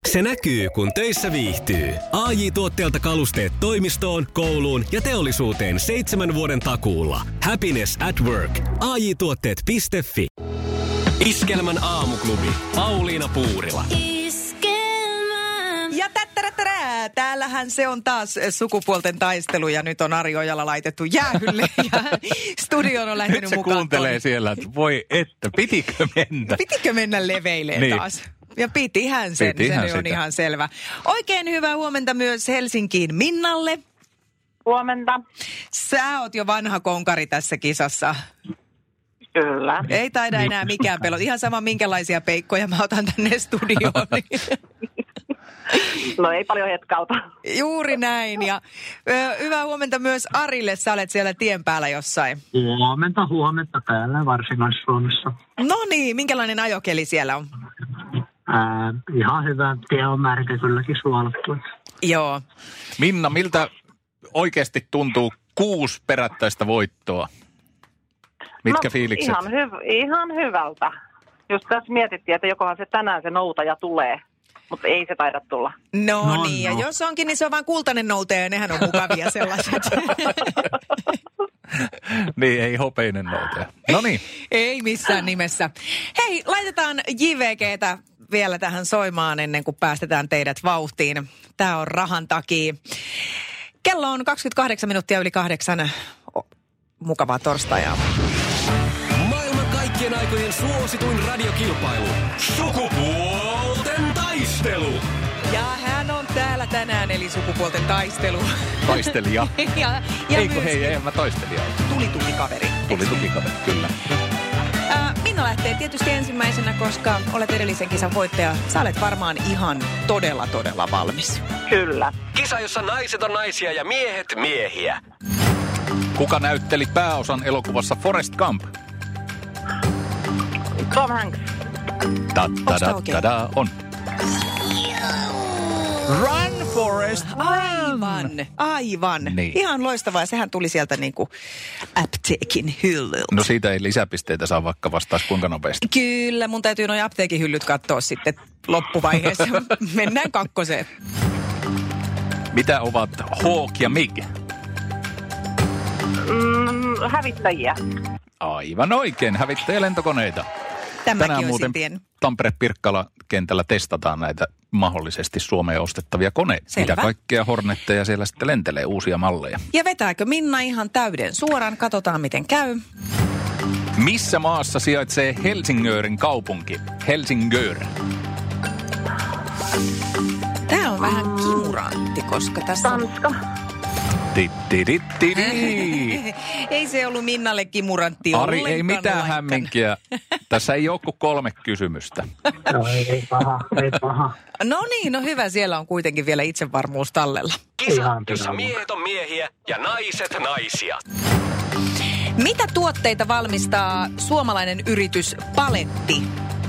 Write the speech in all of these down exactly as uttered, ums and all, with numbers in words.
Se näkyy, kun töissä viihtyy. A J-tuotteelta kalusteet toimistoon, kouluun ja teollisuuteen seitsemän vuoden takuulla. Happiness at work. A J tuotteet piste fi. Iskelmän aamuklubi. Pauliina Puurila. Ja tättärättärää, täällähän se on taas sukupuolten taistelu ja nyt on Ari Ojala laitettu jäähylle ja studioon on lähtenyt nyt se mukaan. kuuntelee Toni. siellä, että voi että, pitikö mennä? Pitikö mennä leveileen niin. taas? Ja pitihän sen, pitihän se on sitä. ihan selvä. Oikein hyvää huomenta myös Helsinkiin Minnalle. Huomenta. Sä oot jo vanha konkari tässä kisassa. Kyllä. Ei taida enää mikään pelot. Ihan sama minkälaisia peikkoja mä otan tänne studioon. No ei paljon hetkauta. Juuri näin. Ja ö, hyvää huomenta myös Arille. Sä olet siellä tien päällä jossain. Huomenta, huomenta täällä Varsinais-Suomessa. No niin, minkälainen ajokeli siellä on? Ää, ihan hyvä. Tie on märkä kylläkin suolattu. Joo. Minna, miltä oikeasti tuntuu kuusi perättäistä voittoa? Mitkä no, fiilikset? Ihan, hyv- ihan hyvältä. Just tässä mietittiin, että jokohan se tänään se noutaja tulee, mutta ei se taida tulla. No, No, niin, ja no. jos onkin, niin se on vaan kultainen noutaja ja nehän on mukavia sellaiset. niin, ei hopeinen noutaja. No niin. Ei missään nimessä. Hei, laitetaan J V G:tä vielä tähän soimaan ennen kuin päästetään teidät vauhtiin. Tää on rahan takia. Kello on kaksikymmentäkahdeksan minuuttia yli kahdeksan. O, mukavaa torstaijaa. Maailman kaikkien aikojen suosituin radiokilpailu. Sukupuolten taistelu. Ja hän on täällä tänään, eli sukupuolten taistelu. Taistelija. ja, ja Eikö, hei, myöskin ei, mä taistelija. Tuli tuli kaveri. Tuli tukikaveri, kyllä. Ää, Minna lähtee tietysti ensimmäisenä, koska olet edellisen kisan voittaja. Sä olet varmaan ihan todella, todella valmis. Kyllä. Kisa, jossa naiset on naisia ja miehet miehiä. Kuka näytteli pääosan elokuvassa Forrest Gump? Tom Hanks. Onks tää oikein? Ta-da-da-da, on. Run, Forrest, run! Aivan, aivan. Niin. Ihan loistavaa. Sehän tuli sieltä niinku apteekin hyllyltä. No siitä ei lisäpisteitä saa, vaikka vastaisi kuinka nopeasti. Kyllä, mun täytyy noi apteekin hyllyt katsoa sitten loppuvaiheessa. Mennään kakkoseen. Mitä ovat Hawk ja Mig? Mm, hävittäjiä. Aivan oikein, hävittäjälentokoneita. Tämäkin Tänään on muuten sitien. Tampere-Pirkkala-kentällä testataan näitä mahdollisesti Suomeen ostettavia koneita. Selvä. Mitä kaikkea Hornetteja siellä sitten lentelee, uusia malleja. Ja vetääkö Minna ihan täyden suoraan? Katsotaan, miten käy. Missä maassa sijaitsee Helsingörin kaupunki? Helsingör. Tää on vähän kimurantti, koska tässä on... Tanska. Tittirittiri. Ei se ollut Minnalle kimurantti Ari, ei ollenkaan mitään lainkaan. hämminkiä. Tässä ei ole kuin kolme kysymystä. No ei, ei paha, ei paha. No niin, no hyvä. Siellä on kuitenkin vielä itsevarmuus tallella. Kisa, Ihan jossa pilalla. miehet on miehiä ja naiset naisia. Mitä tuotteita valmistaa suomalainen yritys Paletti?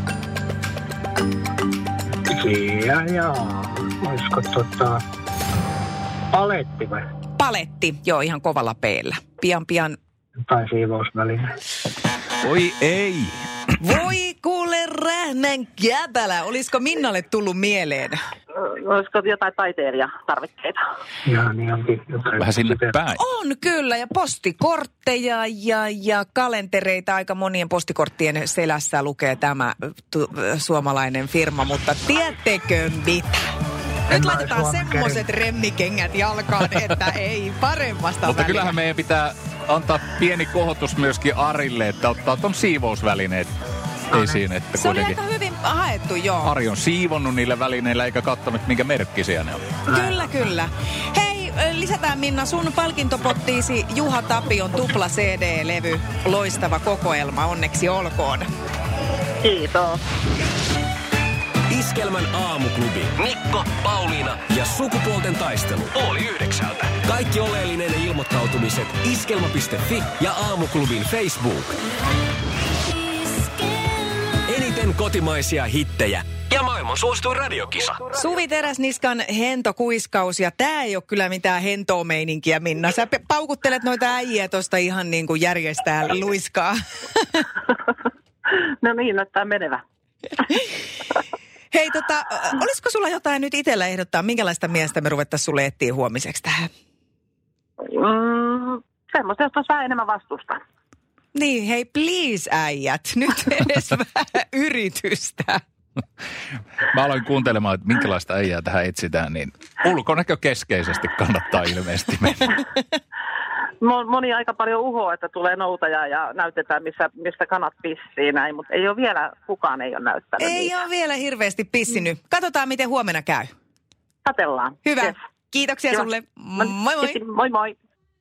Ja jaa, olisiko tota... Paletti vai? Paletti, joo, ihan kovalla peellä. Pian, pian. Tai siivousväline. Oi ei. Voi kuule rähnän käpälä. Olisiko Minnalle tullut mieleen? Olisiko jotain taiteilijatarvikkeita? Ja niin onkin jotain. Vähän sinne päin. On kyllä, ja postikortteja ja, ja kalentereita. Aika monien postikorttien selässä lukee tämä tu, suomalainen firma, mutta tiedättekö mitä? Nyt laitetaan semmoiset remmikengät jalkaan, että ei paremmasta Mutta väliä. kyllähän meidän pitää antaa pieni kohotus myöskin Arille, että ottaa ton siivousvälineet esiin. Että Se oli kuitenkin aika hyvin haettu, joo. Ari on siivonnut niillä välineillä eikä katsonut, minkä merkkisiä ne on. Kyllä, kyllä. Hei, lisätään Minna sun palkintopottiisi Juha Tapion tupla C D-levy. Loistava kokoelma, onneksi olkoon. Kiitos. Iskelmän aamuklubi. Mikko, Pauliina ja sukupuolten taistelu. Oli yhdeksältä. Kaikki oleellinen ilmoittautumiset iskelma piste fi ja aamuklubin Facebook. Eniten kotimaisia hittejä ja maailman suosituin radiokisa. Suvi Teräsniskan hentokuiskaus, ja tää ei ole kyllä mitään hentoa meininkiä, Minna. Sä pe- paukuttelet noita äijiä tosta ihan niin kuin järjestää luiskaa. No niin, näyttää menevä. Hei, tota, olisiko sulla jotain nyt itsellä ehdottaa, minkälaista miestä me ruvettaisiin sulle etsiä huomiseksi tähän? Mm, semmoista, jos olisi vähän enemmän vastusta. Niin, hei, please äijät, nyt edes vähän yritystä. Mä aloin kuuntelemaan, että minkälaista äijää tähän etsitään, niin ulkonäkö keskeisesti kannattaa ilmeisesti mennä. Moni aika paljon uhoa, että tulee noutaja ja näytetään, missä, mistä kanat pissii näin, mutta ei ole vielä, kukaan ei ole näyttänyt. Ei niitä. Ole vielä hirveästi pissinyt. Katsotaan, miten huomenna käy. Katellaan. Hyvä. Yes. Kiitoksia Joo. sulle. Moi moi. Moi moi.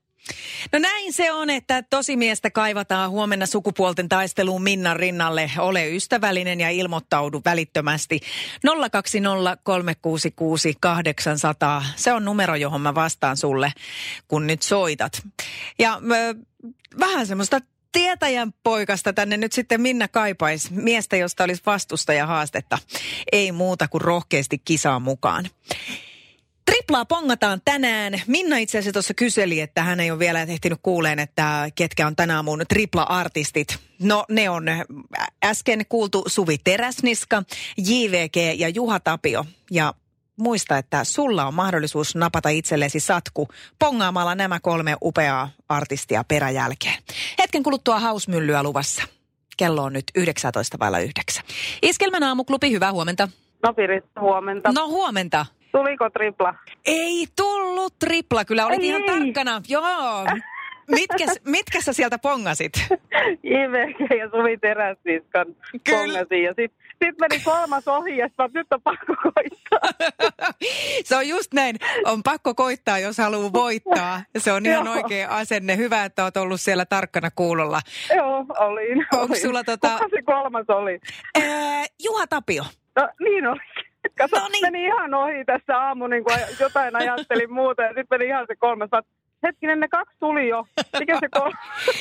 No näin se on, että tosimiestä kaivataan huomenna sukupuolten taisteluun Minnan rinnalle. Ole ystävällinen ja ilmoittaudu välittömästi. nolla kaksi nolla kolme kuusi kuusi kahdeksan nolla nolla. Se on numero, johon mä vastaan sulle, kun nyt soitat. Ja äh, vähän semmoista tietäjän poikasta tänne nyt sitten Minna kaipaisi. Miestä, josta olisi vastusta ja haastetta. Ei muuta kuin rohkeasti kisaan mukaan. Triplaa pongataan tänään. Minna itse asiassa tuossa kyseli, että hän ei ole vielä ehtinyt kuuleen, että ketkä on tänään mun tripla-artistit. No ne on äsken kuultu Suvi Teräsniska, J V G ja Juha Tapio. Ja muista, että sulla on mahdollisuus napata itsellesi satku pongaamalla nämä kolme upeaa artistia peräjälkeen. Hetken kuluttua hausmyllyä luvassa. Kello on nyt yhdeksäntoista vailla yhdeksän. Iskelmän aamuklubi, hyvää huomenta. No Piritta, huomenta. No huomenta. Tuliko tripla? Ei tullut tripla, kyllä olit ei, ihan ei. tarkkana. Joo. Mitkäs, mitkä sä sieltä pongasit? I V G ja Suvi Teräsniskan pongasin ja sitten sit meni kolmas ohi ja sit nyt on pakko koittaa. Se on just näin. On pakko koittaa, jos haluaa voittaa. Se on ihan oikea asenne. Hyvä, että oot ollut siellä tarkkana kuulolla. Joo, olin. Onko sulla tota... Kuka se kolmas oli? Ää, Juha Tapio. No niin oli. Kato, no niin. Meni ihan ohi tässä aamu, niin kuin jotain ajattelin muuta ja sitten meni ihan se kolmas. Hetkinen, ne kaksi tuli jo. Mikä se kolmas?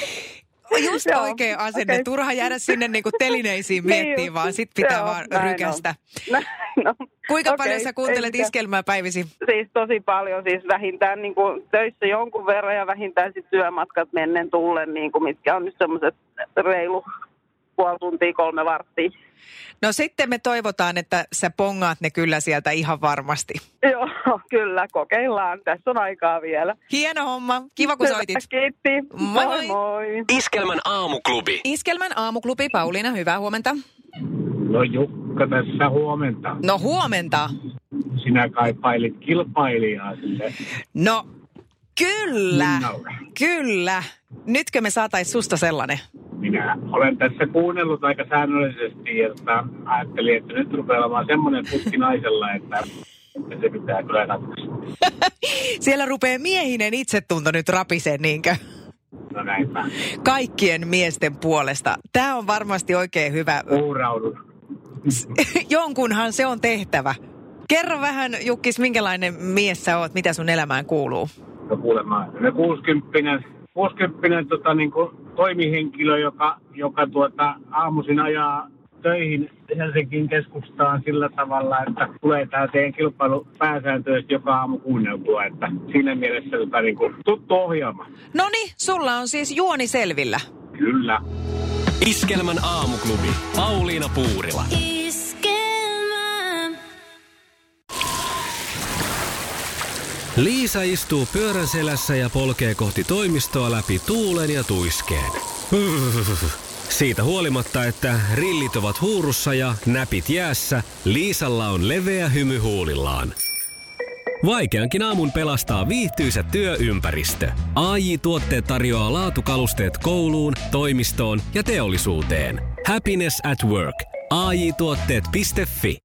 Just oikea asenne. Okay. Turha jäädä sinne niinku telineisiin miettiin, niin, vaan sit pitää joo, vaan rykästä. No. No. Kuinka okay, paljon sä kuuntelet iskelmää päivisi? Siis tosi paljon. Siis vähintään niin kuin töissä jonkun verran ja vähintään sit työmatkat mennen tullen, niin kuin mitkä on nyt semmoiset reilu puoli tuntia, kolme varttia. No sitten me toivotaan, että sä pongaat ne kyllä sieltä ihan varmasti. Joo, kyllä. Kokeillaan. Tässä on aikaa vielä. Hieno homma. Kiva, kun soitit. Kiitti. Moi moi. moi. Iskelmän aamuklubi. Iskelmän aamuklubi. Pauliina, hyvää huomenta. No Jukka tässä huomenta. No huomenta. Sinä kaipailit kilpailijaa sille. No kyllä. Minnalle. Kyllä. Nytkö me saatais susta sellainen? Minä olen tässä kuunnellut aika säännöllisesti, että ajattelin, että nyt rupeaa olemaan semmoinen putki naisella, että, että se pitää kyllä ratkaista. Siellä rupeaa miehinen itsetunto nyt rapiseen, niinkö? No näinpä. Kaikkien miesten puolesta. Tämä on varmasti oikein hyvä. Uuraudun. Jonkunhan se on tehtävä. Kerro vähän, Jukkis, minkälainen mies sä oot, mitä sun elämään kuuluu? No kuulemma, me kuusikymppinen, kuusikymppinen tota, niin kuin toimihenkilö, joka, joka tuota, aamuisin ajaa töihin Helsingin keskustaan sillä tavalla, että tulee tämä teidän kilpailu pääsääntöisesti joka aamu kuunneltua, että siinä mielessä tota, niin kuin tuttu ohjelma. Noniin, sulla on siis juoni selvillä. Kyllä. Iskelmän aamuklubi. Pauliina Puurila. Iskelmä. Liisa istuu pyörän selässä ja polkee kohti toimistoa läpi tuulen ja tuiskeen. Siitä huolimatta, että rillit ovat huurussa ja näpit jäässä, Liisalla on leveä hymy huulillaan. Vaikeankin aamun pelastaa viihtyisä työympäristö. A J-tuotteet tarjoaa laatukalusteet kouluun, toimistoon ja teollisuuteen. Happiness at work. A J tuotteet piste fi